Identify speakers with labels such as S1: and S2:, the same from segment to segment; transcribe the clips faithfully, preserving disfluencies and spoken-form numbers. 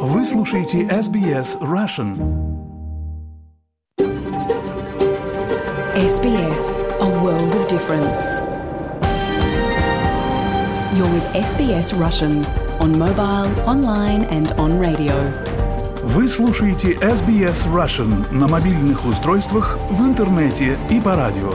S1: Вы слушаете эс би эс Russian.
S2: эс би эс, a world of difference. You're with эс би эс Russian on mobile, online and on radio.
S1: Вы слушаете эс би эс Russian на мобильных устройствах, в интернете и по радио.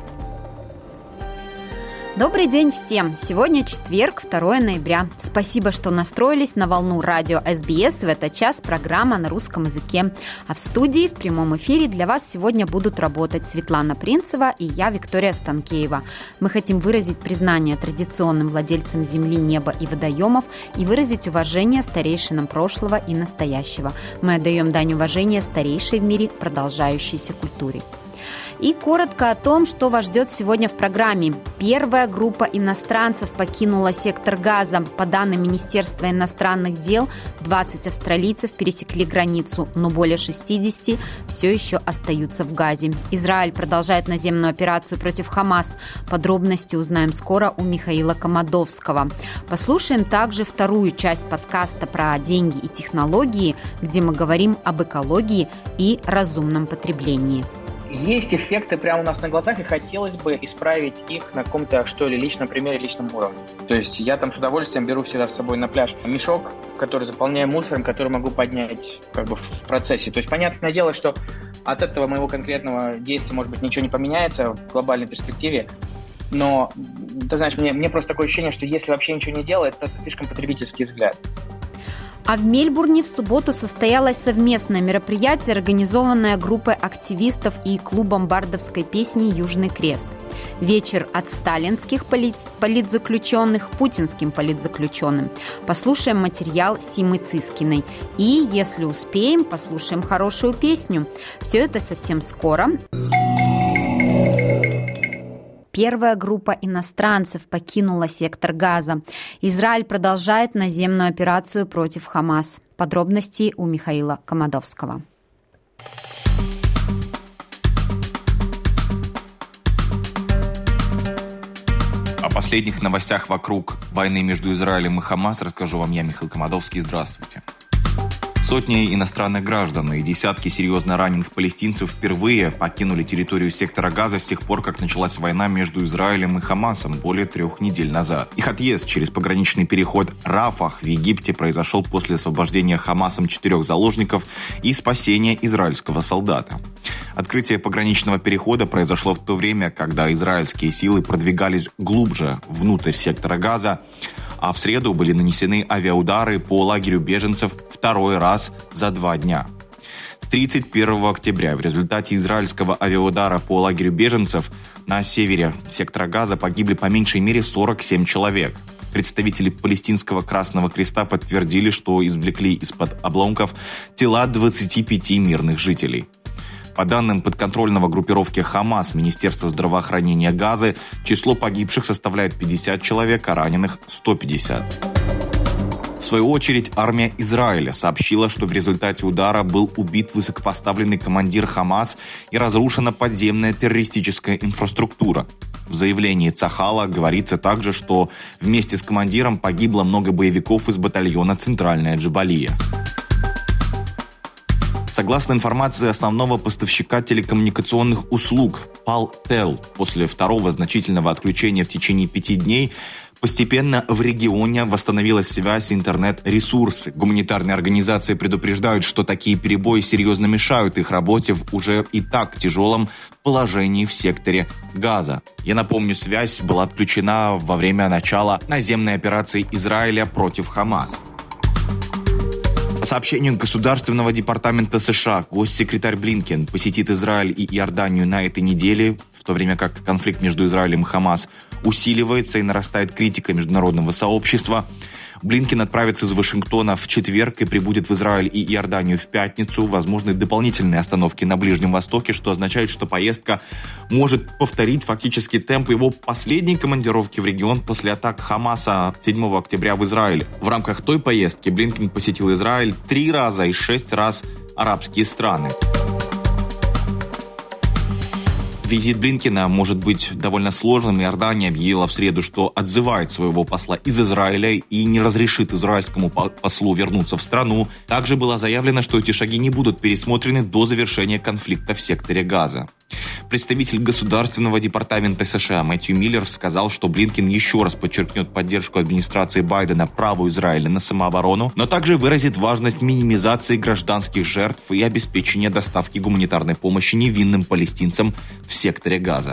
S3: Добрый день всем! Сегодня четверг, второе ноября. Спасибо, что настроились на волну радио эс би эс. В этот час программа на русском языке. А в студии в прямом эфире для вас сегодня будут работать Светлана Принцева и я, Виктория Станкеева. Мы хотим выразить признание традиционным владельцам земли, неба и водоемов и выразить уважение старейшинам прошлого и настоящего. Мы отдаем дань уважения старейшей в мире продолжающейся культуре. И коротко о том, что вас ждет сегодня в программе. Первая группа иностранцев покинула сектор Газа. По данным Министерства иностранных дел, двадцать австралийцев пересекли границу, но более шестьдесят все еще остаются в Газе. Израиль продолжает наземную операцию против Хамас. Подробности узнаем скоро у Михаила Комадовского. Послушаем также вторую часть подкаста про деньги и технологии, где мы говорим об экологии и разумном потреблении.
S4: Есть эффекты прямо у нас на глазах, и хотелось бы исправить их на каком-то, что ли, личном примере, личном уровне. То есть я там с удовольствием беру всегда с собой на пляж мешок, который заполняю мусором, который могу поднять как бы в процессе. То есть понятное дело, что от этого моего конкретного действия, может быть, ничего не поменяется в глобальной перспективе, но, ты знаешь, мне, мне просто такое ощущение, что если вообще ничего не делать, то это слишком потребительский взгляд.
S3: А в Мельбурне в субботу состоялось совместное мероприятие, организованное группой активистов и клубом бардовской песни «Южный крест». Вечер от сталинских полит- политзаключенных путинским политзаключенным. Послушаем материал Симы Цискиной. И, если успеем, послушаем хорошую песню. Все это совсем скоро. Первая группа иностранцев покинула сектор Газа. Израиль продолжает наземную операцию против Хамас. Подробности у Михаила Комадовского.
S5: О последних новостях вокруг войны между Израилем и Хамас расскажу вам я, Михаил Комадовский. Здравствуйте. Сотни иностранных граждан и десятки серьезно раненых палестинцев впервые покинули территорию сектора Газа с тех пор, как началась война между Израилем и Хамасом более трех недель назад. Их отъезд через пограничный переход Рафах в Египте произошел после освобождения Хамасом четырех заложников и спасения израильского солдата. Открытие пограничного перехода произошло в то время, когда израильские силы продвигались глубже внутрь сектора Газа, а в среду были нанесены авиаудары по лагерю беженцев второй раз за два дня. тридцать первого октября в результате израильского авиаудара по лагерю беженцев на севере сектора Газа погибли по меньшей мере сорок семь человек. Представители палестинского Красного Креста подтвердили, что извлекли из-под обломков тела двадцати пяти мирных жителей. По данным подконтрольного группировки Хамас Министерства здравоохранения Газы, число погибших составляет пятьдесят человек, а раненых сто пятьдесят. В свою очередь, армия Израиля сообщила, что в результате удара был убит высокопоставленный командир Хамас и разрушена подземная террористическая инфраструктура. В заявлении Цахала говорится также, что вместе с командиром погибло много боевиков из батальона «Центральная Джабалия». Согласно информации основного поставщика телекоммуникационных услуг Paltel, после второго значительного отключения в течение пяти дней постепенно в регионе восстановилась связь и интернет-ресурсы. Гуманитарные организации предупреждают, что такие перебои серьезно мешают их работе в уже и так тяжелом положении в секторе Газа. Я напомню, связь была отключена во время начала наземной операции Израиля против Хамас. По сообщению Государственного департамента США, госсекретарь Блинкен посетит Израиль и Иорданию на этой неделе, в то время как конфликт между Израилем и Хамас усиливается и нарастает критика международного сообщества. Блинкен отправится из Вашингтона в четверг и прибудет в Израиль и Иорданию в пятницу. Возможны дополнительные остановки на Ближнем Востоке, что означает, что поездка может повторить фактически темп его последней командировки в регион после атак Хамаса седьмого октября в Израиле. В рамках той поездки Блинкен посетил Израиль три раза и шесть раз арабские страны. визит Блинкена может быть довольно сложным, и Иордания объявила в среду, что отзывает своего посла из Израиля и не разрешит израильскому послу вернуться в страну. Также было заявлено, что эти шаги не будут пересмотрены до завершения конфликта в секторе Газа. Представитель Государственного департамента США Мэтью Миллер сказал, что Блинкен еще раз подчеркнет поддержку администрации Байдена праву Израиля на самооборону, но также выразит важность минимизации гражданских жертв и обеспечения доставки гуманитарной помощи невинным палестинцам в секторе Газа.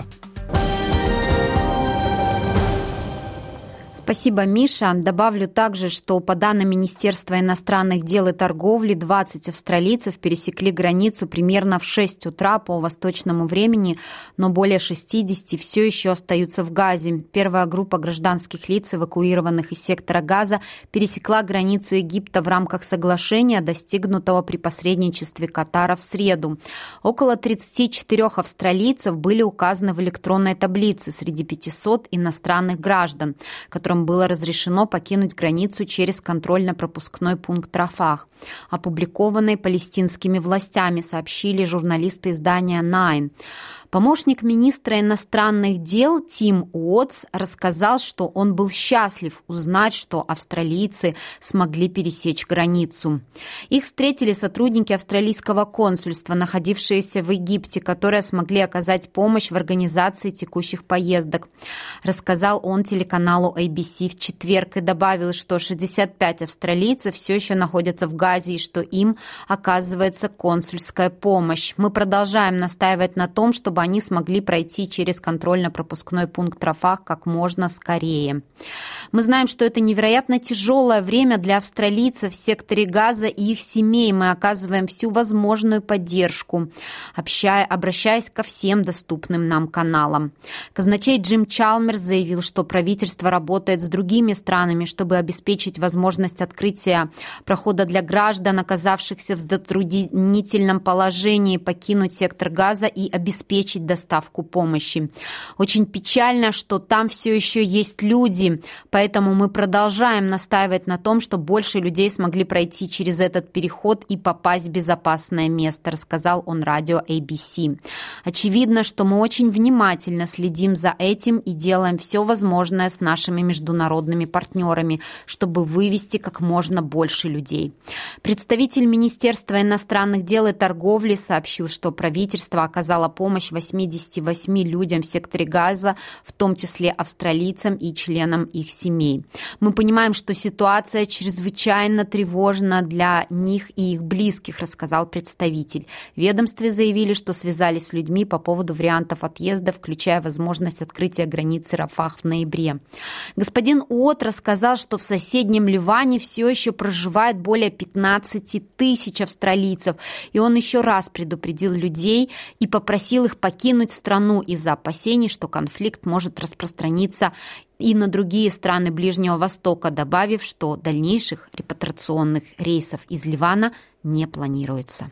S3: Спасибо, Миша. Добавлю также, что по данным Министерства иностранных дел и торговли, двадцать австралийцев пересекли границу примерно в шесть утра по восточному времени, но более шестьдесят все еще остаются в Газе. Первая группа гражданских лиц, эвакуированных из сектора Газа, пересекла границу Египта в рамках соглашения, достигнутого при посредничестве Катара в среду. Около тридцать четыре австралийцев были указаны в электронной таблице среди пятисот иностранных граждан, которым было разрешено покинуть границу через контрольно-пропускной пункт Рафах. Опубликованной палестинскими властями, сообщили журналисты издания Nine. Помощник министра иностранных дел Тим Уотс рассказал, что он был счастлив узнать, что австралийцы смогли пересечь границу. Их встретили сотрудники австралийского консульства, находившиеся в Египте, которые смогли оказать помощь в организации текущих поездок. Рассказал он телеканалу эй би си в четверг и добавил, что шестьдесят пять австралийцев все еще находятся в Газе и что им оказывается консульская помощь. Мы продолжаем настаивать на том, чтобы они смогли пройти через контрольно-пропускной пункт Рафах как можно скорее. Мы знаем, что это невероятно тяжелое время для австралийцев в секторе Газа и их семей. Мы оказываем всю возможную поддержку, общая, обращаясь ко всем доступным нам каналам. Казначей Джим Чалмерс заявил, что правительство работает с другими странами, чтобы обеспечить возможность открытия прохода для граждан, оказавшихся в затруднительном положении, покинуть сектор Газа и обеспечить доставку помощи. Очень печально, что там все еще есть люди, поэтому мы продолжаем настаивать на том, что больше людей смогли пройти через этот переход и попасть в безопасное место, рассказал он радио эй би си. Очевидно, что мы очень внимательно следим за этим и делаем все возможное с нашими международными партнерами, чтобы вывести как можно больше людей. Представитель Министерства иностранных дел и торговли сообщил, что правительство оказало помощь восьмидесяти восьми людям в секторе Газа, в том числе австралийцам и членам их семей. Мы понимаем, что ситуация чрезвычайно тревожна для них и их близких, рассказал представитель. В ведомстве заявили, что связались с людьми по поводу вариантов отъезда, включая возможность открытия границы Рафах в ноябре. Господин Уотт рассказал, что в соседнем Ливане все еще проживает более пятнадцати тысяч австралийцев, и он еще раз предупредил людей и попросил их покинуть страну из-за опасений, что конфликт может распространиться и на другие страны Ближнего Востока, добавив, что дальнейших репатриационных рейсов из Ливана не планируется.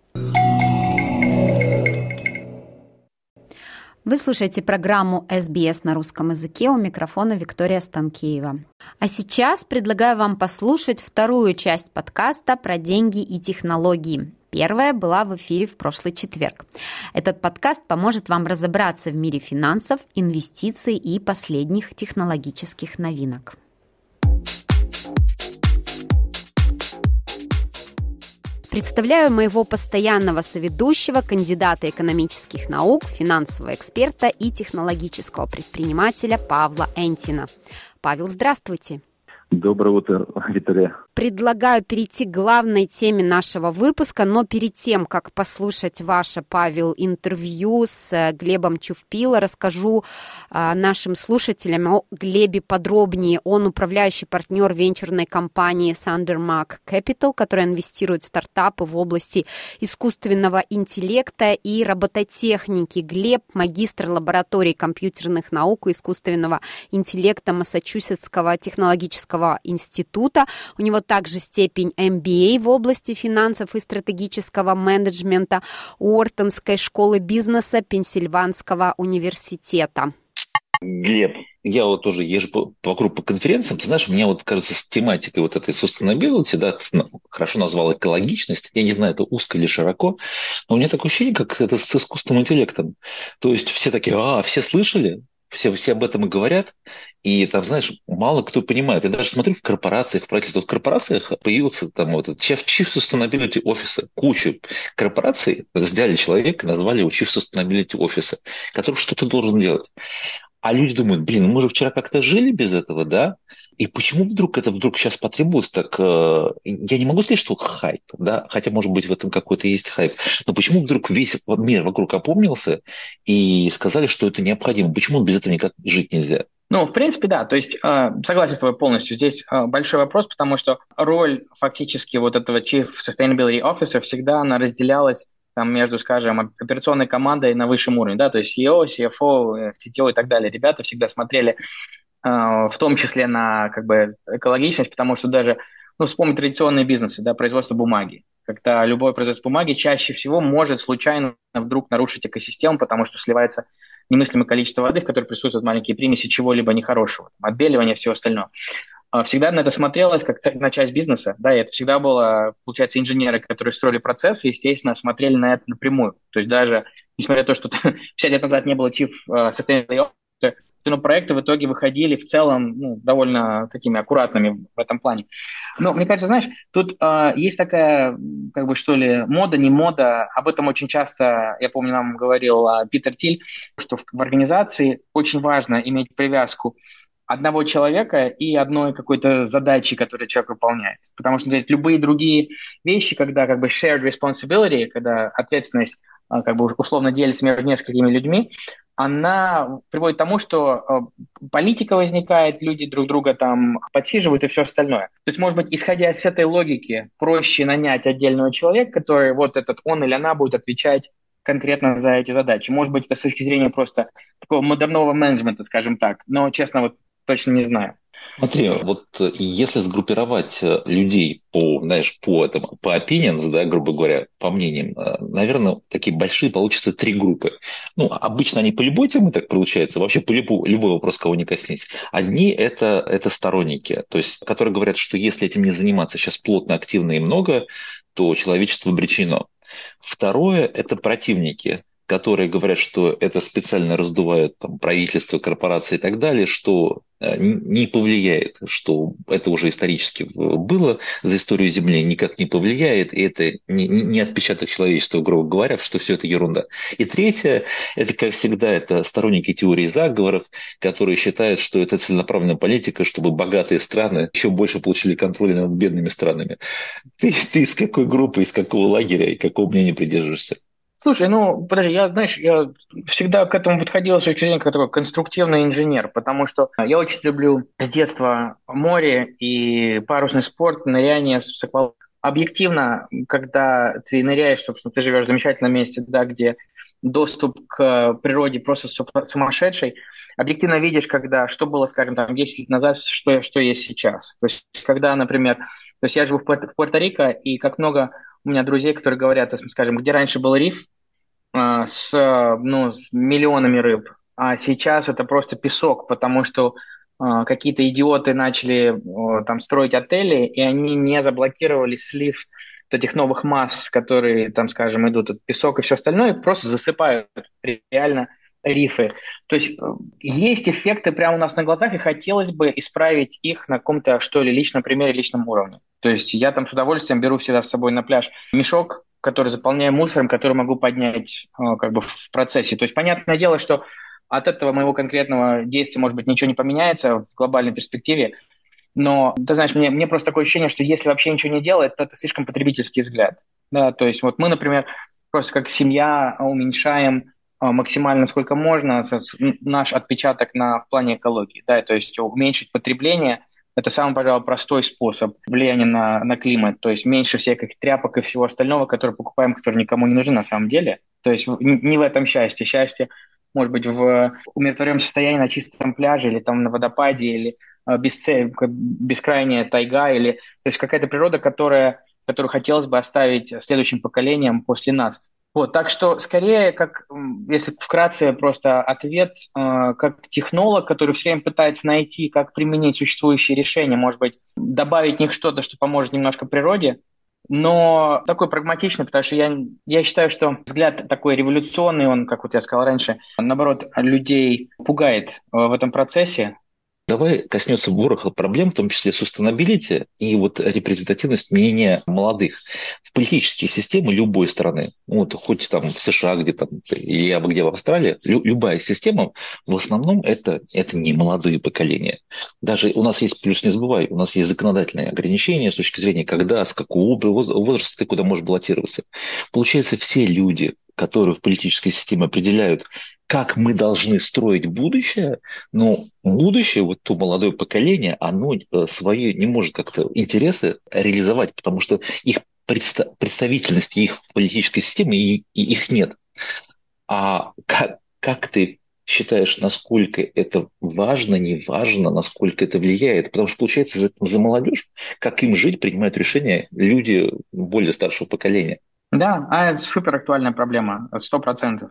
S3: Вы слушаете программу эс би эс на русском языке, у микрофона Виктория Станкеева. А сейчас предлагаю вам послушать вторую часть подкаста про деньги и технологии. Первая была в эфире в прошлый четверг. Этот подкаст поможет вам разобраться в мире финансов, инвестиций и последних технологических новинок. Представляю моего постоянного соведущего, кандидата экономических наук, финансового эксперта и технологического предпринимателя Павла Энтина. Павел, здравствуйте.
S6: Доброе утро, Виктория.
S3: Предлагаю перейти к главной теме нашего выпуска, но перед тем, как послушать ваше, Павел, интервью с Глебом Чувпило, расскажу а, нашим слушателям о Глебе подробнее. Он управляющий партнер венчурной компании Sandermark Capital, которая инвестирует в стартапы в области искусственного интеллекта и робототехники. Глеб – магистр лаборатории компьютерных наук и искусственного интеллекта Массачусетского технологического института. У него также степень эм би эй в области финансов и стратегического менеджмента Уортонской школы бизнеса Пенсильванского университета.
S6: Глеб, я вот тоже езжу по, вокруг по конференциям. Ты знаешь, у меня вот, кажется, с тематикой вот этой sustainability, да, ты на- хорошо назвал экологичность. Я не знаю, это узко или широко, но у меня такое ощущение, как это с искусственным интеллектом. То есть все такие, а, все слышали? Все, все об этом и говорят, и там, знаешь, мало кто понимает. Я даже смотрю в корпорациях, в правительстве. Вот в корпорациях появился там вот этот Chief, Chief Sustainability Officer. Кучу корпораций взяли человека, назвали его Chief Sustainability Officer, который что-то должен делать. А люди думают, блин, мы же вчера как-то жили без этого, да? И почему вдруг это вдруг сейчас потребуется так? э, Я не могу сказать, что хайп, да? Хотя, может быть, в этом какой-то есть хайп. Но почему вдруг весь вот мир вокруг опомнился и сказали, что это необходимо? Почему без этого никак жить нельзя?
S4: Ну, в принципе, да. То есть э, согласен с тобой полностью. Здесь э, большой вопрос, потому что роль фактически вот этого Chief Sustainability Officer всегда она разделялась там между, скажем, операционной командой на высшем уровне, да, то есть си и о, си эф о, э, си ти о и так далее. Ребята всегда смотрели э, в том числе на как бы экологичность, потому что даже, ну, вспомнить традиционные бизнесы, да, производство бумаги. Когда любое производство бумаги чаще всего может случайно вдруг нарушить экосистему, потому что сливается немыслимое количество воды, в которой присутствуют маленькие примеси чего-либо нехорошего, отбеливания и всего остального. А всегда на это смотрелось как на часть бизнеса, да, и это всегда было, получается, инженеры, которые строили процессы, естественно, смотрели на это напрямую. То есть даже, несмотря на то, что пятьдесят лет назад не было Chief Sustainability Officer, но проекты в итоге выходили в целом ну, довольно такими аккуратными в этом плане. Но мне кажется, знаешь, тут э, есть такая, как бы что ли, мода, не мода. Об этом очень часто, я помню, нам говорил э, Питер Тиль, что в, в организации очень важно иметь привязку одного человека и одной какой-то задачи, которую человек выполняет. Потому что, говорит, любые другие вещи, когда как бы shared responsibility, когда ответственность э, как бы условно делится между несколькими людьми, она приводит к тому, что э, политика возникает, люди друг друга там подсиживают и все остальное. То есть, может быть, исходя с этой логики, проще нанять отдельного человека, который вот этот он или она будет отвечать конкретно за эти задачи. Может быть, это с точки зрения просто такого модернового менеджмента, скажем так. Но, честно, вот точно не знаю.
S6: Смотри, вот э, если сгруппировать э, людей по, знаешь, по этому, по opinions, да, грубо говоря, по мнениям, э, наверное, такие большие получатся три группы. Ну, обычно они по любой теме так получается, вообще по любой, любой вопрос, кого не коснись. Одни это, это сторонники, то есть, которые говорят, что если этим не заниматься сейчас плотно, активно и много, то человечество обречено. Второе – это противники, которые говорят, что это специально раздувает там, правительство, корпорации и так далее, что э, не повлияет, что это уже исторически было за историю Земли, никак не повлияет, и это не, не отпечаток человечества, грубо говоря, что все это ерунда. И третье, это, как всегда, это сторонники теории заговоров, которые считают, что это целенаправленная политика, чтобы богатые страны еще больше получили контроль над бедными странами. Ты, ты из какой группы, из какого лагеря и какого мнения придерживаешься?
S4: Слушай, ну, подожди, я, знаешь, я всегда к этому подходил с точки зрения как такой конструктивный инженер, потому что я очень люблю с детства море и парусный спорт, ныряние с аквалангом. Объективно, когда ты ныряешь, собственно, ты живешь в замечательном месте, да, где доступ к природе просто сумасшедший, объективно видишь, когда, что было, скажем, там, десять лет назад, что, что есть сейчас. То есть, когда, например, то есть я живу в, Пуэрто- в Пуэрто-Рико, и как много у меня друзей, которые говорят, скажем, где раньше был риф а, с, ну, с миллионами рыб, а сейчас это просто песок, потому что а, какие-то идиоты начали а, там строить отели, и они не заблокировали слив вот этих новых масс, которые там, скажем, идут, от песок и все остальное, и просто засыпают реально рифы. То есть э, есть эффекты прямо у нас на глазах, и хотелось бы исправить их на каком-то, что ли, личном примере, личном уровне. То есть я там с удовольствием беру всегда с собой на пляж мешок, который заполняю мусором, который могу поднять э, как бы в процессе. То есть понятное дело, что от этого моего конкретного действия, может быть, ничего не поменяется в глобальной перспективе, но, ты знаешь, мне, мне просто такое ощущение, что если вообще ничего не делать, то это слишком потребительский взгляд. Да, то есть вот мы, например, просто как семья уменьшаем а, максимально сколько можно с- наш отпечаток на, в плане экологии. Да, то есть уменьшить потребление – это самый, пожалуй, простой способ влияния на, на климат. То есть меньше всяких тряпок и всего остального, которые покупаем, которые никому не нужны на самом деле. То есть в- не в этом счастье. Счастье может быть в умиротворенном состоянии на чистом пляже или там на водопаде, или а, бесце- как бескрайняя тайга, или то есть какая-то природа, которая, которую хотелось бы оставить следующим поколениям после нас. Вот, так что скорее, как, м, если вкратце просто ответ, э, как технолог, который все время пытается найти, как применить существующие решения, может быть, добавить в них что-то, что поможет немножко природе, но такой прагматичный, потому что я, я считаю, что взгляд такой революционный, он, как вот я сказал раньше, наоборот, людей пугает э, в этом процессе.
S6: Давай коснется вороха проблем, в том числе sustainability и вот репрезентативность мнения молодых. В политические системы любой страны, ну, вот, хоть там в США где там, или абы где в Австралии, лю- любая система, в основном это, это не молодые поколения. Даже у нас есть, плюс не забывай, у нас есть законодательные ограничения с точки зрения, когда, с какого воз- возраста ты куда можешь баллотироваться. Получается, все люди, которые в политической системе определяют, как мы должны строить будущее, но будущее, вот то молодое поколение, оно э, свои не может как-то интересы реализовать, потому что их предста- представительности их в политической системе и, и их нет. А как, как ты считаешь, насколько это важно, не важно, насколько это влияет? Потому что, получается, за, за молодежь, как им жить, принимают решения люди более старшего поколения.
S4: Да, а это супер актуальная проблема, сто процентов.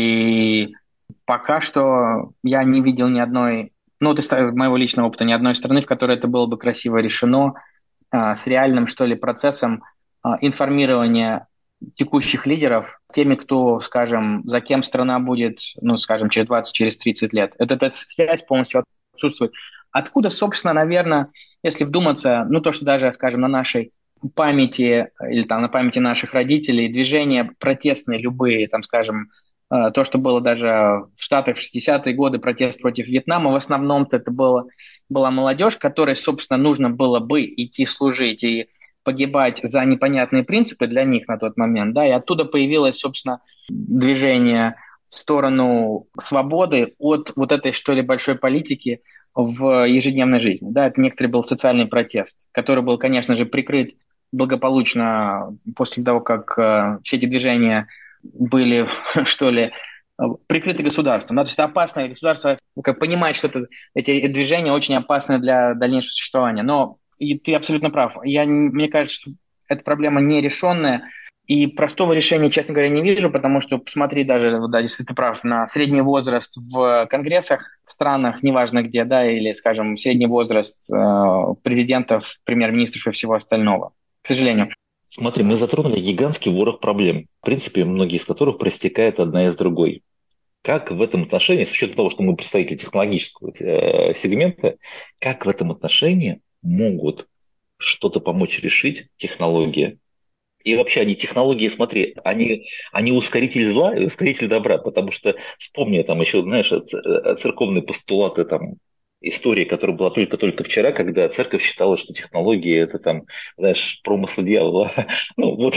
S4: И пока что я не видел ни одной, ну, вот из моего личного опыта, ни одной страны, в которой это было бы красиво решено, а, с реальным, что ли, процессом а, информирования текущих лидеров теми, кто, скажем, за кем страна будет, ну, скажем, через двадцать, через тридцать лет. Эта, эта связь полностью отсутствует. Откуда, собственно, наверное, если вдуматься, ну, то, что даже, скажем, на нашей памяти или там на памяти наших родителей движения протестные любые, там, скажем, э, то, что было даже в Штатах в шестидесятые годы, протест против Вьетнама, в основном-то это было, была молодежь, которой, собственно, нужно было бы идти служить и погибать за непонятные принципы для них на тот момент, да, и оттуда появилось, собственно, движение в сторону свободы от вот этой, что ли, большой политики в ежедневной жизни, да, это некоторый был социальный протест, который был, конечно же, прикрыт благополучно после того, как э, все эти движения были, что ли, прикрыты государством. Да? То есть это опасное государство, как понимает, что это, эти движения очень опасны для дальнейшего существования. Но и ты абсолютно прав. Я, мне кажется, что эта проблема нерешенная. И простого решения, честно говоря, не вижу, потому что, посмотри даже, да, если ты прав, на средний возраст в конгрессах, в странах, неважно где, да, или, скажем, средний возраст э, президентов, премьер-министров и всего остального, к сожалению.
S6: Смотри, мы затронули гигантский ворох проблем, в принципе, многие из которых проистекают одна из другой. Как в этом отношении, с учетом того, что мы представители технологического э, сегмента, как в этом отношении могут что-то помочь решить технологии? И вообще они технологии, смотри, они, они ускоритель зла и ускоритель добра, потому что вспомни там еще, знаешь, церковные постулаты, там, истории, которая была только-только вчера, когда церковь считала, что технологии это там, знаешь, промысл дьявола. Ну вот,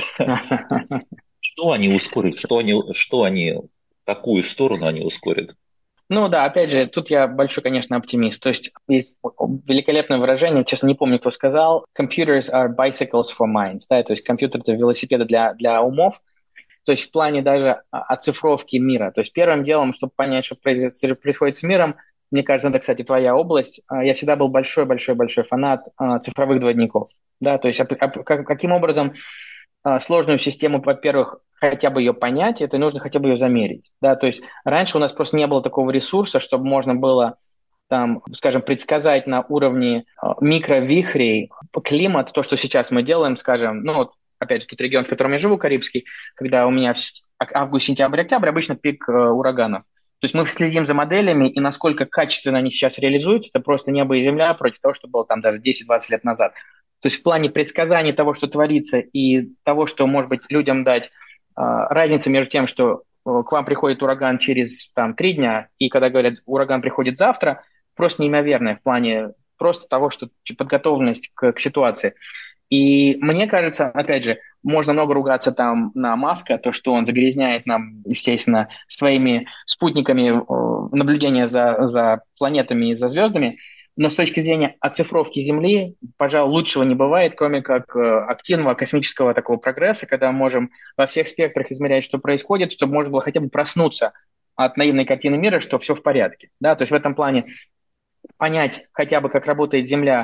S6: что они ускорят, что они, что они, какую сторону они ускорят?
S4: Ну да, опять же, тут я большой, конечно, оптимист. То есть есть великолепное выражение, честно, не помню, кто сказал, computers are bicycles for minds, да, то есть компьютер — это велосипеды для, для умов, то есть в плане даже оцифровки мира. То есть первым делом, чтобы понять, что происходит с миром, мне кажется, это, кстати, твоя область, я всегда был большой-большой-большой фанат цифровых двойников, да, то есть каким образом сложную систему, во-первых, хотя бы ее понять, это нужно хотя бы ее замерить. Да? То есть раньше у нас просто не было такого ресурса, чтобы можно было, там, скажем, предсказать на уровне микровихрей климат, то, что сейчас мы делаем, скажем, ну вот, опять же, тот регион, в котором я живу, Карибский, когда у меня август, сентябрь, октябрь, обычно пик э, ураганов. То есть мы следим за моделями, и насколько качественно они сейчас реализуются, это просто небо и земля против того, что было там даже десять-двадцать лет назад. То есть в плане предсказания того, что творится, и того, что, может быть, людям дать, разница между тем, что к вам приходит ураган через там, три дня, и когда говорят, ураган приходит завтра, просто неимоверная в плане просто того, что подготовленность к, к ситуации. И мне кажется, опять же, можно много ругаться там на Маска, то, что он загрязняет нам, естественно, своими спутниками наблюдения за, за планетами и за звездами, но с точки зрения оцифровки Земли, пожалуй, лучшего не бывает, кроме как активного космического такого прогресса, когда мы можем во всех спектрах измерять, что происходит, чтобы можно было хотя бы проснуться от наивной картины мира, что все в порядке. Да? То есть в этом плане понять хотя бы, как работает Земля,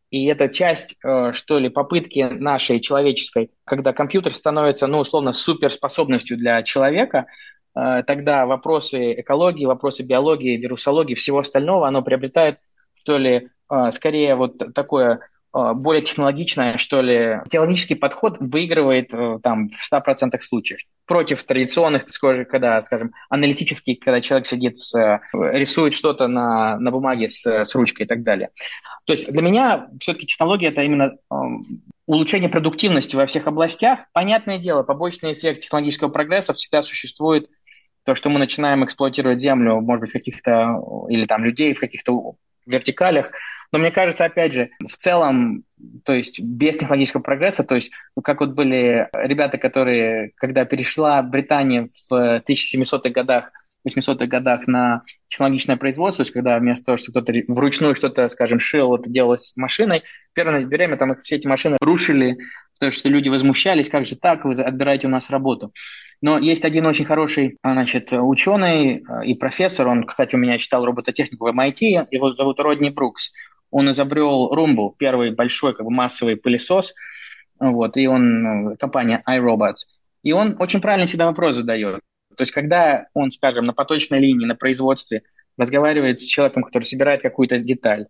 S4: И это часть, что ли, попытки нашей человеческой, когда компьютер становится, ну, условно, суперспособностью для человека, тогда вопросы экологии, вопросы биологии, вирусологии, всего остального, оно приобретает, что ли, скорее вот такое более технологичное, что ли, технологический подход выигрывает там в ста процентах случаев. Против традиционных, когда, скажем, аналитических, когда человек сидит, с, рисует что-то на, на бумаге с, с ручкой и так далее. То есть для меня все-таки технология – это именно э, улучшение продуктивности во всех областях. Понятное дело, побочный эффект технологического прогресса всегда существует. То, что мы начинаем эксплуатировать землю, может быть, в каких-то, или там людей в каких-то вертикалях. Но мне кажется, опять же, в целом, то есть без технологического прогресса, то есть ну, как вот были ребята, которые, когда перешла Британия в тысяча семисотых годах, восьмисотых годах на технологичное производство, то есть когда вместо того, что кто-то вручную что-то, скажем, шил, это делалось машиной, первое время там все эти машины рушили, потому что люди возмущались, как же так, вы отбираете у нас работу. Но есть один очень хороший, значит, ученый и профессор, он, кстати, у меня читал робототехнику в эм ай ти, его зовут Родни Брукс. Он изобрел Rumble, первый большой как бы массовый пылесос, вот, и он, компания iRobots. И он очень правильно всегда вопрос задает. То есть когда он, скажем, на поточной линии, на производстве разговаривает с человеком, который собирает какую-то деталь,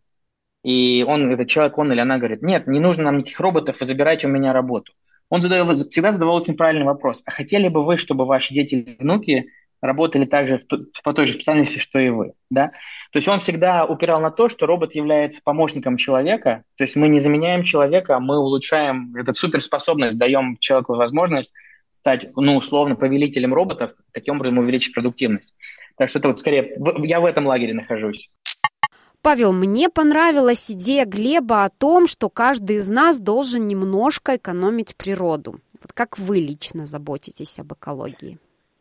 S4: и он, этот человек, он или она говорит, нет, не нужно нам никаких роботов, вы забирайте у меня работу. Он задавал, всегда задавал очень правильный вопрос. А хотели бы вы, чтобы ваши дети и внуки работали также в, по той же специальности, что и вы? Да? То есть он всегда упирал на то, что робот является помощником человека. То есть мы не заменяем человека, а мы улучшаем эту суперспособность, даем человеку возможность стать, ну, условно, повелителем роботов, таким образом увеличить продуктивность. Так что это вот скорее, я в этом лагере нахожусь.
S3: Павел, мне понравилась идея Глеба о том, что каждый из нас должен немножко экономить природу. Вот как вы лично заботитесь об экологии?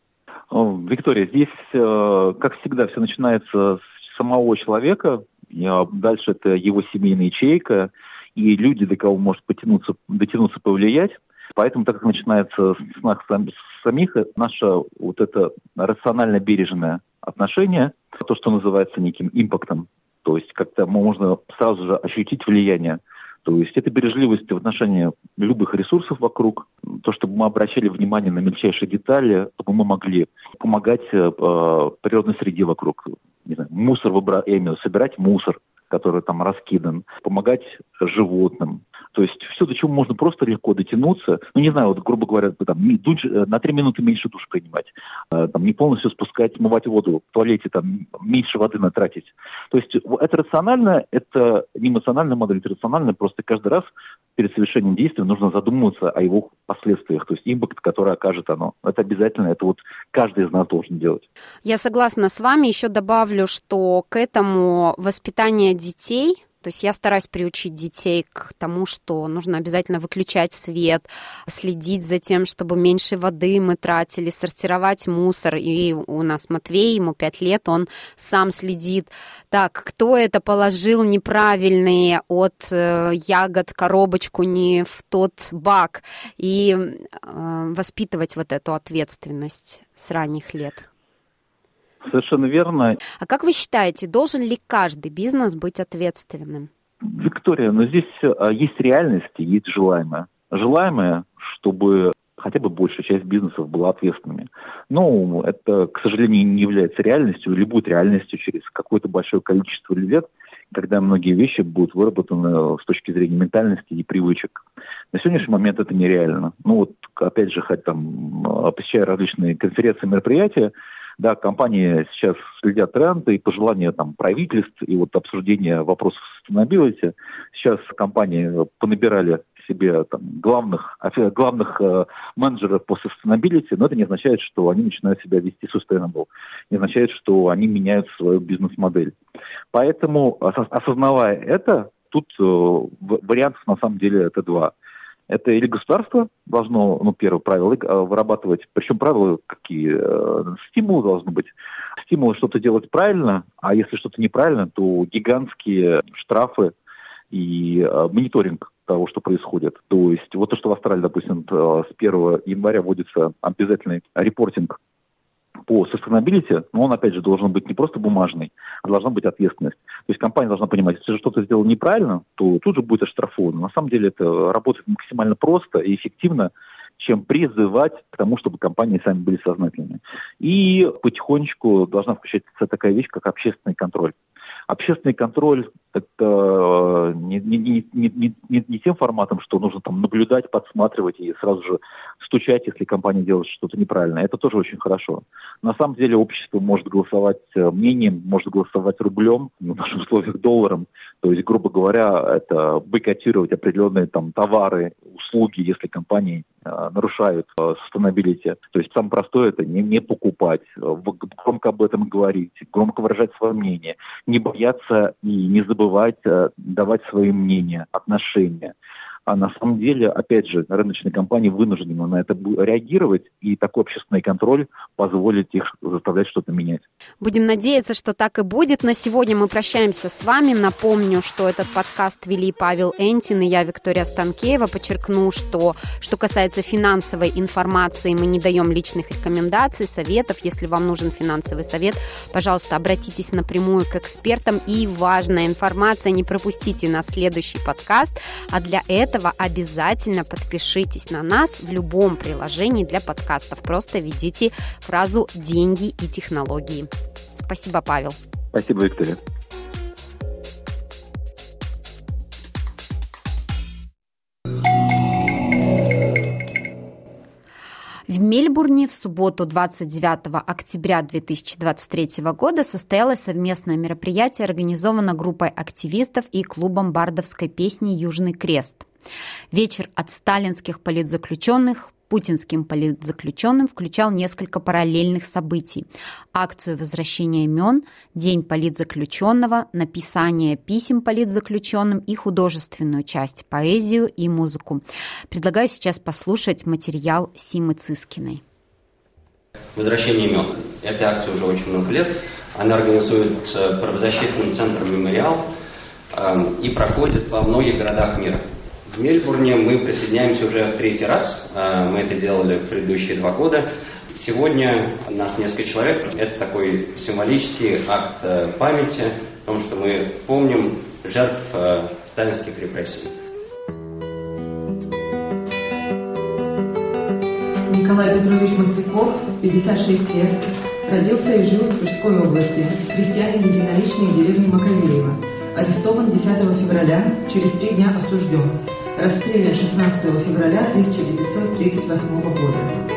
S7: Виктория, здесь, как всегда, все начинается с самого человека, дальше это его семейная ячейка и люди, до кого может потянуться, дотянуться, повлиять. Поэтому, так как начинается с нас самих, наше вот это рационально бережное отношение, то, что называется неким импактом, то есть как-то можно сразу же ощутить влияние. То есть это бережливость в отношении любых ресурсов вокруг, то, чтобы мы обращали внимание на мельчайшие детали, чтобы мы могли помогать э, природной среде вокруг. Не знаю, мусор выбрать, я имею в виду, собирать мусор, который там раскидан, помогать животным. То есть все, до чего можно просто легко дотянуться. Ну, не знаю, вот, грубо говоря, там, душ, на три минуты меньше душ принимать. Там, не полностью спускать, смывать воду в туалете, там, меньше воды натратить. То есть это рационально, это не эмоциональная модель, это рационально. Просто каждый раз перед совершением действия нужно задумываться о его последствиях. То есть импакт, который окажет оно. Это обязательно, это вот каждый из нас должен делать.
S3: Я согласна с вами. Еще добавлю, что к этому воспитание детей... То есть я стараюсь приучить детей к тому, что нужно обязательно выключать свет, следить за тем, чтобы меньше воды мы тратили, сортировать мусор. И у нас Матвей, ему пять лет, он сам следит. Так, кто это положил неправильные от э, ягод коробочку не в тот бак? И э, воспитывать вот эту ответственность с ранних лет.
S7: Совершенно верно.
S3: А как вы считаете, должен ли каждый бизнес быть ответственным?
S7: Виктория, но здесь есть реальность и есть желаемое. Желаемое, чтобы хотя бы большая часть бизнесов была ответственными. Но это, к сожалению, не является реальностью или будет реальностью через какое-то большое количество лет, когда многие вещи будут выработаны с точки зрения ментальности и привычек. На сегодняшний момент это нереально. Ну вот, опять же, хоть там, посещая различные конференции, мероприятия, да, компании сейчас следят тренды и пожелания там, правительств и вот обсуждения вопросов sustainability. Сейчас компании понабирали себе там, главных, главных э, менеджеров по sustainability, но это не означает, что они начинают себя вести sustainable. Не означает, что они меняют свою бизнес-модель. Поэтому, осознавая это, тут э, вариантов на самом деле это два. Это или государство должно, ну, первое правило, вырабатывать, причем правила какие? Стимулы должны быть. Стимулы что-то делать правильно, а если что-то неправильно, то гигантские штрафы и мониторинг того, что происходит. То есть вот то, что в Австралии, допустим, с первого января вводится обязательный репортинг по sustainability, но он, опять же, должен быть не просто бумажный, а должна быть ответственность. То есть компания должна понимать, если же что-то сделал неправильно, то тут же будет оштрафовано. На самом деле это работает максимально просто и эффективно, чем призывать к тому, чтобы компании сами были сознательными. И потихонечку должна включаться такая вещь, как общественный контроль. Общественный контроль – это не, не, не, не, не, не тем форматом, что нужно там наблюдать, подсматривать и сразу же стучать, если компания делает что-то неправильно. Это тоже очень хорошо. На самом деле общество может голосовать мнением, может голосовать рублем, в наших условиях долларом. То есть, грубо говоря, это бойкотировать определенные там товары, услуги, если компании э, нарушают э, sustainability. То есть самое простое – это не, не покупать, э, громко об этом говорить, громко выражать свое мнение, не бояться и не забывать э, давать свои мнения, отношения. А на самом деле, опять же, рыночные компании вынуждены на это реагировать, и такой общественный контроль позволит их заставлять что-то менять.
S3: Будем надеяться, что так и будет. На сегодня мы прощаемся с вами. Напомню, что этот подкаст вели Павел Энтин и я, Виктория Станкеева. Подчеркну, что, что касается финансовой информации, мы не даем личных рекомендаций, советов. Если вам нужен финансовый совет, пожалуйста, обратитесь напрямую к экспертам. И важная информация, не пропустите на следующий подкаст. А для этого обязательно подпишитесь на нас в любом приложении для подкастов. Просто введите фразу «деньги и технологии». Спасибо, Павел.
S7: Спасибо, Виктория.
S3: В Мельбурне в субботу двадцать девятого октября две тысячи двадцать третьего года состоялось совместное мероприятие, организованное группой активистов и клубом бардовской песни «Южный крест». Вечер от сталинских политзаключенных путинским политзаключенным включал несколько параллельных событий. Акцию возвращения имен, День политзаключенного, написание писем политзаключенным и художественную часть, поэзию и музыку. Предлагаю сейчас послушать материал Симы Цискиной.
S8: Возвращение имен. Этой акции уже очень много лет. Она организуется правозащитным центром «Мемориал» э, и проходит во многих городах мира. В Мельбурне мы присоединяемся уже в третий раз. Мы это делали в предыдущие два года. Сегодня нас несколько человек. Это такой символический акт памяти, потому что мы помним жертв сталинских репрессий.
S9: Николай Петрович Масляков, пятьдесят шесть лет, родился и жил в Тверской области, крестьянин единоличной деревни Маковеево. Арестован десятого февраля, через три дня осужден. Расстрелян шестнадцатого февраля тысяча девятьсот тридцать восьмого года.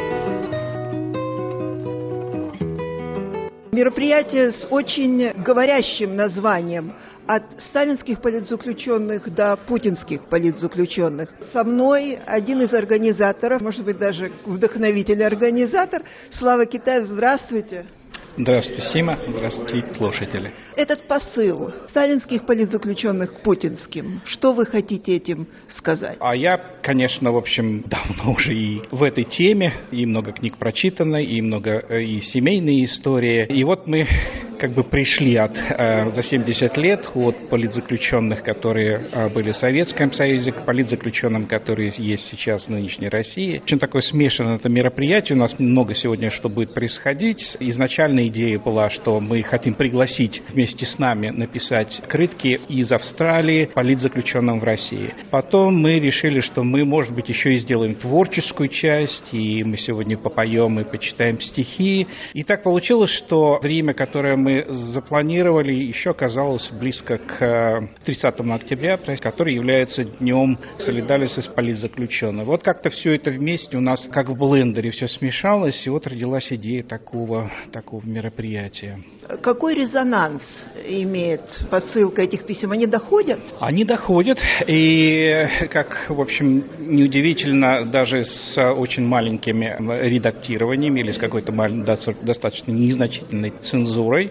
S10: Мероприятие с очень говорящим названием «От сталинских политзаключенных до путинских политзаключенных». Со мной один из организаторов, может быть, даже вдохновитель-организатор, Слава Китай. Здравствуйте.
S11: Здравствуйте, Сима. Здравствуйте, слушатели.
S10: Этот посыл сталинских политзаключенных к путинским, что вы хотите этим сказать?
S11: А я, конечно, в общем, давно уже и в этой теме, и много книг прочитано, и много и семейные истории. И вот мы как бы пришли от, э, за семьдесят лет от политзаключенных, которые э, были в Советском Союзе, к политзаключенным, которые есть сейчас в нынешней России. Очень такое смешанное это мероприятие. У нас много сегодня что будет происходить. Изначально идея была, что мы хотим пригласить вместе с нами написать открытки из Австралии политзаключенным в России. Потом мы решили, что мы, может быть, еще и сделаем творческую часть, и мы сегодня попоем и почитаем стихи. И так получилось, что время, которое мы запланировали, еще оказалось близко к тридцатому октября, который является днем солидарности с политзаключенными. Вот как-то все это вместе у нас, как в блендере, все смешалось, и вот родилась идея такого, такого мероприятия.
S10: Какой резонанс имеет посылка этих писем? Они доходят?
S11: Они доходят, и, как, в общем, неудивительно, даже с очень маленькими редактированиями или с какой-то достаточно незначительной цензурой,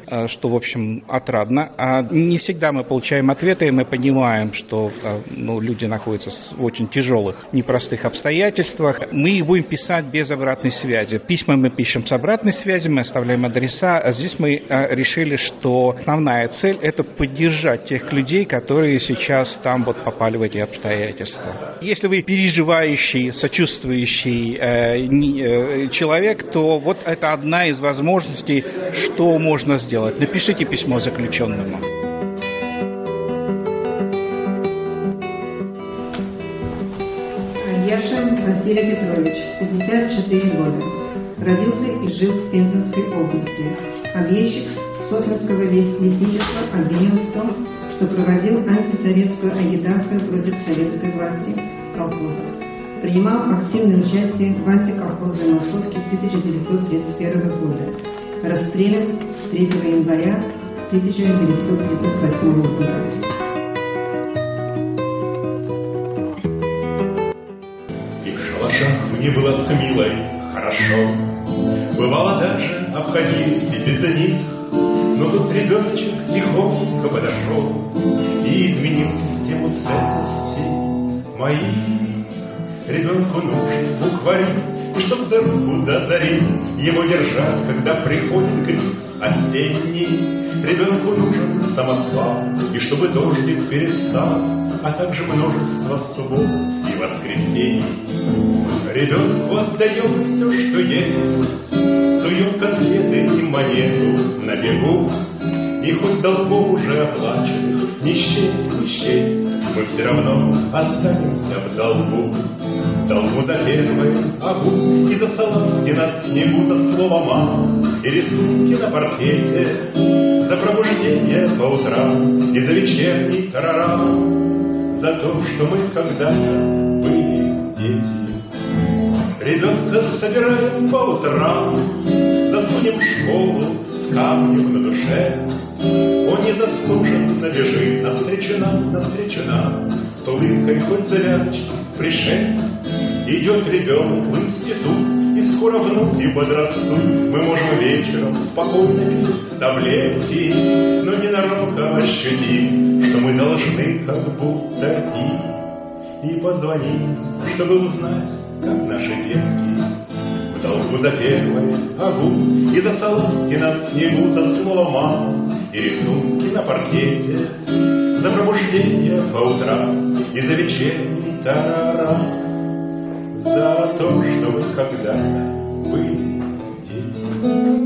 S11: что, в общем, отрадно. А не всегда мы получаем ответы, и мы понимаем, что ну, люди находятся в очень тяжелых, непростых обстоятельствах. Мы их будем писать без обратной связи. Письма мы пишем с обратной связью, мы оставляем адреса. А здесь мы решили, что основная цель – это поддержать тех людей, которые сейчас там вот попали в эти обстоятельства. Если вы переживающий, сочувствующий э, не, э, человек, то вот это одна из возможностей, что можно сделать. Напишите письмо заключенному.
S9: Яшин Василий Петрович, пятьдесят четыре года. Родился и жил в Пензенской области. Объездчик Софьинского лесничества обвинен в том, что проводил антисоветскую агитацию против советской власти колхозов. Принимал активное участие в антиколхозной массовке тысяча девятьсот тридцать первого года. Расстрелян с третьего января тысяча девятьсот тридцать восьмого года.
S12: И в шалашах мне было с милой хорошо. Бывало даже обходились и без них. Но тут ребеночек тихонько подошел и изменил систему ценностей моих. Ребенку нужен букварь, и чтоб за руку до зари его держать, когда приходит гриб осенний. Ребенку нужен самосвал, и чтобы дождик перестал, а также множество суббот и воскресений. Ребенку отдаем все, что есть, суем конфеты и монету на бегу, и хоть долгов уже оплаченных не счесть, не счесть, мы все равно останемся в долгу. Долгу за первое огу и за салазки на снегу, за слово «мама» и рисунки на паркете, за пробуждение по утрам и за вечерний тарарам, за то, что мы когда-то были дети. Ребенка собираем по утрам, засунем в школу с камнем на душе. Он незаслуженно бежит навстречу нам, навстречу нам, с улыбкой хоть завячки пришей. Идет ребенок в институт, и скоро внуки подрастут. Мы можем вечером спокойно пить таблетки, но ненароком ощутим, что мы должны как будто и, и позвоним, чтобы узнать, как наши детки. В долгу за первое огу и за салазки на снегу, за слово «мама» и рисунки на паркете, за пробуждение по утрам и за вечерний тарарам, за то, что вы когда-то были дети.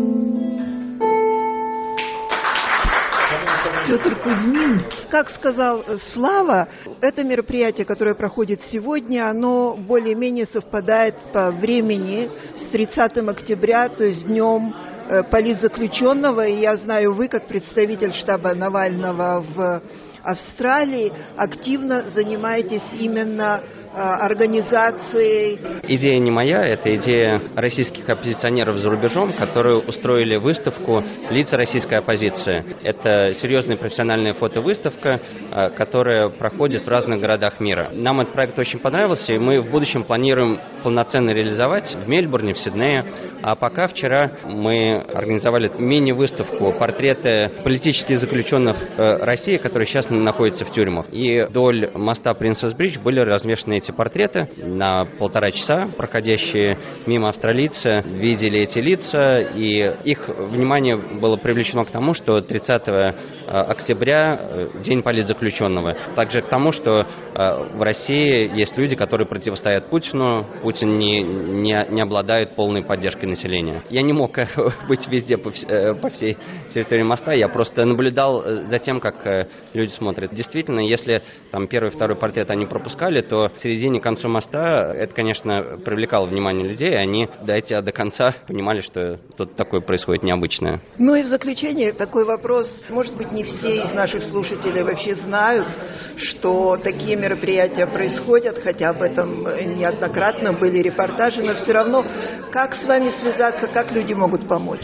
S10: Петр Кузьмин. Как сказал Слава, это мероприятие, которое проходит сегодня, оно более-менее совпадает по времени с тридцатым октября, то есть днем политзаключенного. И я знаю, вы, как представитель штаба Навального в Австралии, активно занимаетесь именно организацией.
S8: Идея не моя, это идея российских оппозиционеров за рубежом, которые устроили выставку «Лица российской оппозиции». Это серьезная профессиональная фотовыставка, которая проходит в разных городах мира. Нам этот проект очень понравился, и мы в будущем планируем полноценно реализовать в Мельбурне, в Сиднее. А пока вчера мы организовали мини-выставку «Портреты политических заключенных России», которые сейчас находятся в тюрьмах. И вдоль моста Принцесс-Бридж были развешаны эти портреты на полтора часа. Проходящие мимо австралийцы видели эти лица, и их внимание было привлечено к тому, что тридцатого октября день политзаключенного. Также к тому, что в России есть люди, которые противостоят Путину. Путин не, не, не обладает полной поддержкой населения. Я не мог быть везде по, по всей территории моста, я просто наблюдал за тем, как люди смотрят. Действительно, если там первый, второй портрет они пропускали, то в середине, к концу моста это, конечно, привлекало внимание людей, и они, дойдя до конца, понимали, что тут такое происходит необычное.
S10: Ну и в заключение такой вопрос. Может быть, не все из наших слушателей вообще знают, что такие мероприятия происходят, хотя об этом неоднократно были репортажи, но все равно, как с вами связаться, как люди могут помочь?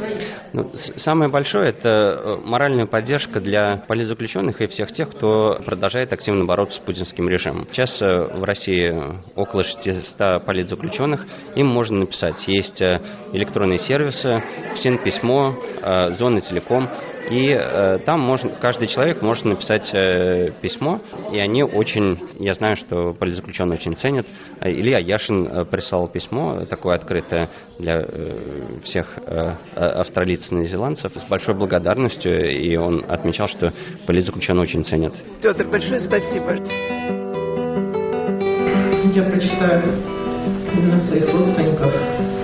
S8: Ну, самое большое – это моральная поддержка для политзаключенных и всех тех, кто продолжает активно бороться с путинским режимом. Сейчас в России около шестисот политзаключенных, им можно написать. Есть электронные сервисы, Ксенписьмо, Зона Телеком. И э, там можно, каждый человек может написать э, письмо, и они очень, я знаю, что политзаключенные очень ценят. Илья Яшин э, прислал письмо, такое открытое для э, всех э, австралийцев и новозеландцев, с большой благодарностью, и он отмечал, что политзаключенные очень ценят.
S10: Петр, большое спасибо.
S9: Я прочитаю имена своих родственников.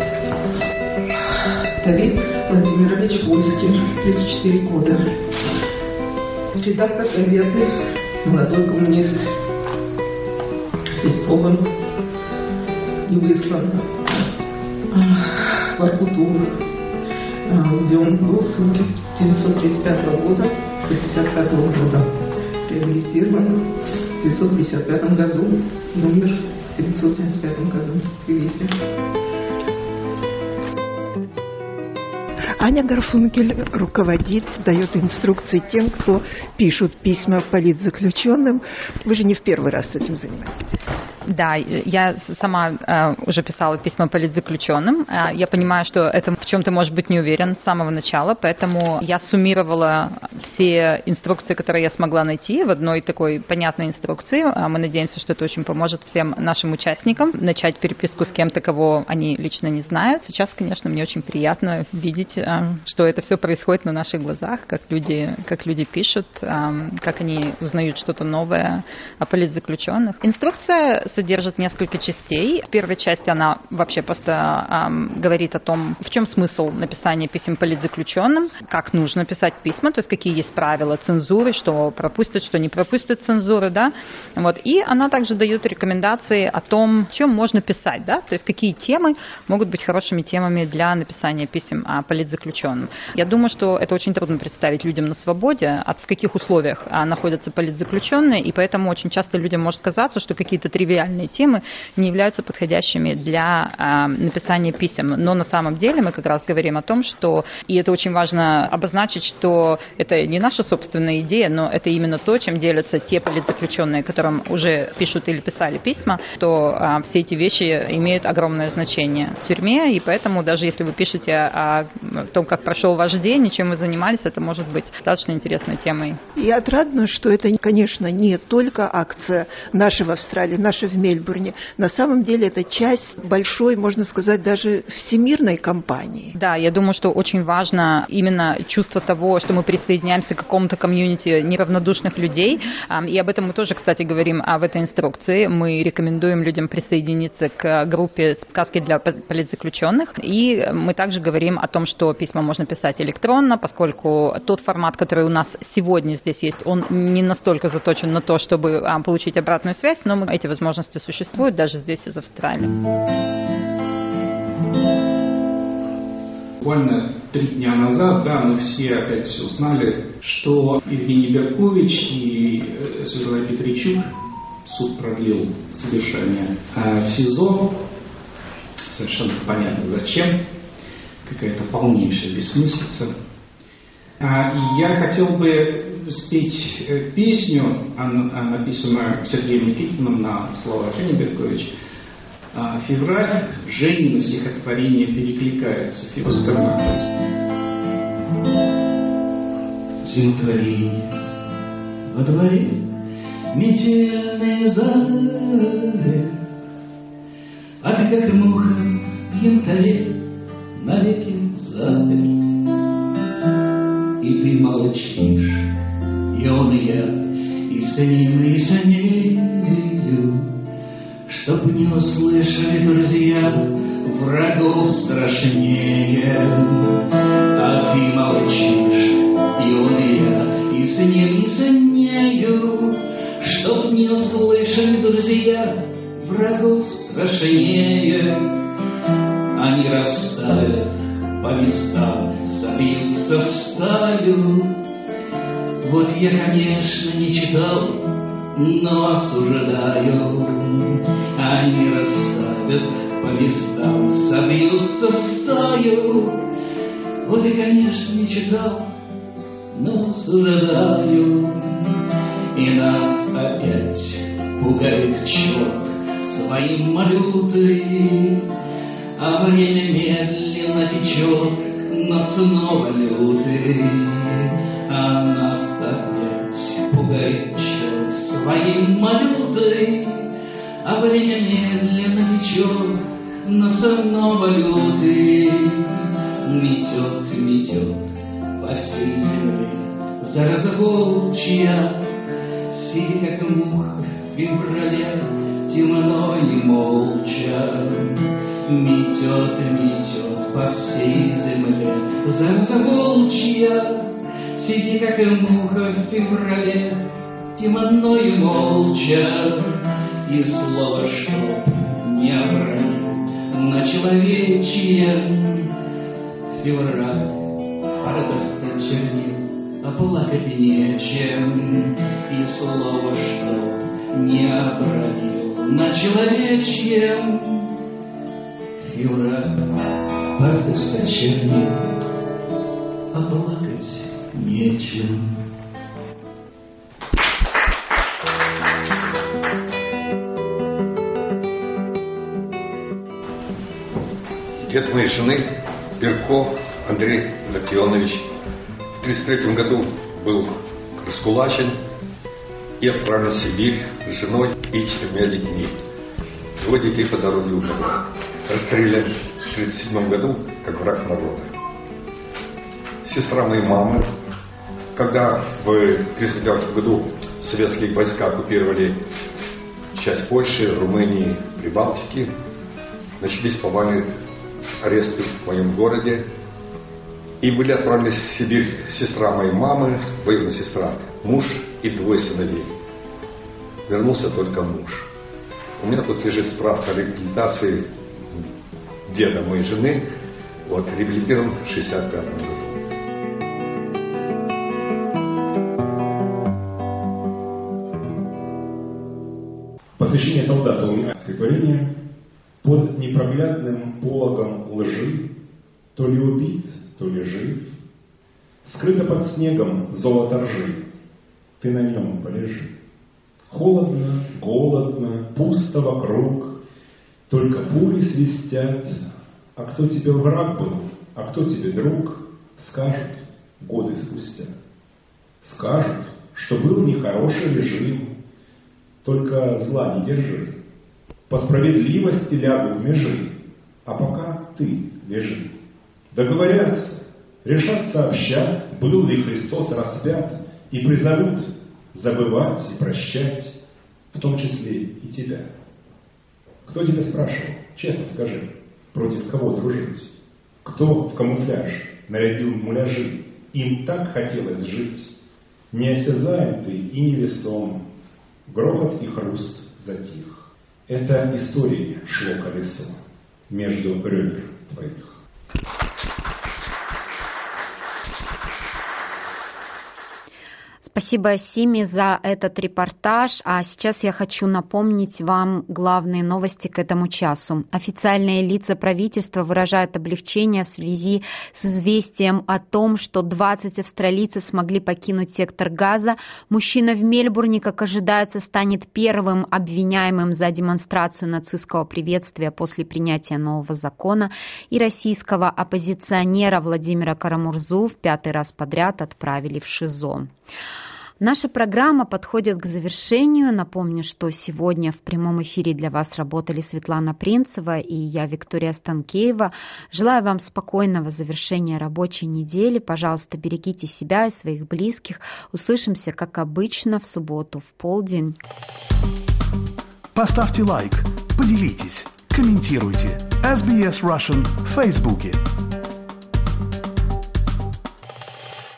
S9: Давид Владимирович Вольский, тридцать четыре года. Редактор газеты «Молодой коммунист». Арестован и выслан в Воркуту, где он был с тысяча девятьсот тридцать пятого года до пятьдесят пятого года. Реабилитирован в тысяча девятьсот пятьдесят пятом году и умер в тысяча девятьсот семьдесят пятом году в Тбилиси.
S10: Аня Гарфункель руководит, дает инструкции тем, кто пишут письма политзаключенным. Вы же не в первый раз с этим занимаетесь.
S13: Да, я сама э, уже писала письма политзаключенным. Э, я понимаю, что это в чем-то может быть не уверен с самого начала, поэтому я суммировала все инструкции, которые я смогла найти, в одной такой понятной инструкции. Э, мы надеемся, что это очень поможет всем нашим участникам начать переписку с кем-то, кого они лично не знают. Сейчас, конечно, мне очень приятно видеть, э, что это все происходит на наших глазах, как люди, как люди пишут, э, как они узнают что-то новое о политзаключенных. Инструкция содержит несколько частей. В первой части она вообще просто эм, говорит о том, в чем смысл написания писем политзаключенным, как нужно писать письма, то есть какие есть правила цензуры, что пропустят, что не пропустят цензуры, да. Вот. И она также дает рекомендации о том, чем можно писать, да, то есть какие темы могут быть хорошими темами для написания писем о политзаключенным. Я думаю, что это очень трудно представить людям на свободе, в каких условиях находятся политзаключенные, и поэтому очень часто людям может казаться, что какие-то тривиальные темы не являются подходящими для э, написания писем. Но на самом деле мы как раз говорим о том, что, и это очень важно обозначить, что это не наша собственная идея, но это именно то, чем делятся те политзаключенные, которым уже пишут или писали письма, что э, все эти вещи имеют огромное значение в тюрьме, и поэтому даже если вы пишете о том, как прошел ваш день, чем вы занимались, это может быть достаточно интересной темой.
S10: И отрадно, что это, конечно, не только акция наша в Австралии, наша в Мельбурне. На самом деле это часть большой, можно сказать, даже всемирной кампании.
S13: Да, я думаю, что очень важно именно чувство того, что мы присоединяемся к какому-то комьюнити неравнодушных людей. И об этом мы тоже, кстати, говорим в этой инструкции. Мы рекомендуем людям присоединиться к группе «Сказки для политзаключенных». И мы также говорим о том, что письма можно писать электронно, поскольку тот формат, который у нас сегодня здесь есть, он не настолько заточен на то, чтобы получить обратную связь, но мы эти возможности существуют даже здесь, из Австралии.
S11: Буквально три дня назад, да, мы все опять узнали, что Евгений Беркович и Светлана Петричук, суд продлил содержание в СИЗО. Совершенно понятно зачем. Какая-то полнейшая бессмыслица. И я хотел бы спеть песню, написанную Сергеем Никитиным на слова Жени Беркович. «Февраль», Женина стихотворение перекликается. Пастернак.
S14: Зимотворение во дворе, метельные зари, а ты как муха в янтаре навеки запер. И ты молчишь, и он, и я, и с ним, и с нею, чтоб не услышали друзья врагов страшнее. А ты молчишь, и он, и я, и с ним, и с нею, чтоб не услышали друзья врагов страшнее. Они расставят по местам, собьются в стаю. Вот я, конечно, не читал, но осуждаю. Они расставят по местам, собьются в стаю. Вот и, конечно, не читал, но суждаю. И нас опять пугает черт своим малютой, а время медленно течет, но снова лютый. А нас опять пугает черт своим малютой, а время медленно течет, но снова лютый. Метет, метет по всей земле зараза волчья, сидя как муха в феврале, темно и молча. Метет, метет по всей земле зараза волчья, сидя как муха в феврале, темно и молча. И слово, чтоб не обронил на человечье, февраль, радостно чернил, а плакать нечем. И слово, что не обронил на человечьем, февраль, радостно чернил, а плакать нечем.
S15: Дед моей жены Берков Андрей Лактионович в тысяча девятьсот тридцать третьем году был раскулачен и отправлен в Сибирь с женой и четырьмя детьми. Двое детей по дороге умерли. Расстрелян в тысяча девятьсот тридцать седьмом году как враг народа. Сестра моей мамы, когда в тысяча девятьсот тридцать девятом году советские войска оккупировали часть Польши, Румынии, Прибалтики, начались повальные аресты в моем городе, и были отправлены в Сибирь сестра моей мамы, военная сестра, муж и двое сыновей. Вернулся только муж. У меня тут лежит справка о реабилитации деда моей жены, вот, реабилитирован в шестьдесят пятом году.
S16: Посвящение солдату немецкое творение. Под непроглядным пологом лжи, то ли убит, то ли жив, скрыто под снегом золото ржи, ты на нем полежи. Холодно, голодно, пусто вокруг, только пули свистят, а кто тебе враг был, а кто тебе друг, скажут годы спустя. Скажут, что был нехороший режим, только зла не держи. По справедливости лягут межи, а пока ты лежи. Договорятся, решат сообща, был ли Христос распят, и призовут забывать и прощать, в том числе и тебя. Кто тебя спрашивал, честно скажи, против кого дружить? Кто в камуфляж нарядил муляжи? Им так хотелось жить. Неосязаем ты и невесом, грохот и хруст затих. Это истории шло колесо между ребер твоих.
S3: Спасибо, Симе, за этот репортаж. А сейчас я хочу напомнить вам главные новости к этому часу. Официальные лица правительства выражают облегчение в связи с известием о том, что двадцать австралийцев смогли покинуть сектор Газа. Мужчина в Мельбурне, как ожидается, станет первым обвиняемым за демонстрацию нацистского приветствия после принятия нового закона. И российского оппозиционера Владимира Карамурзу в пятый раз подряд отправили в ШИЗО. Наша программа подходит к завершению. Напомню, что сегодня в прямом эфире для вас работали Светлана Принцева и я, Виктория Станкеева. Желаю вам спокойного завершения рабочей недели. Пожалуйста, берегите себя и своих близких. Услышимся, как обычно, в субботу в полдень.
S1: Поставьте лайк, поделитесь, комментируйте. эс би эс Russian в Фейсбуке.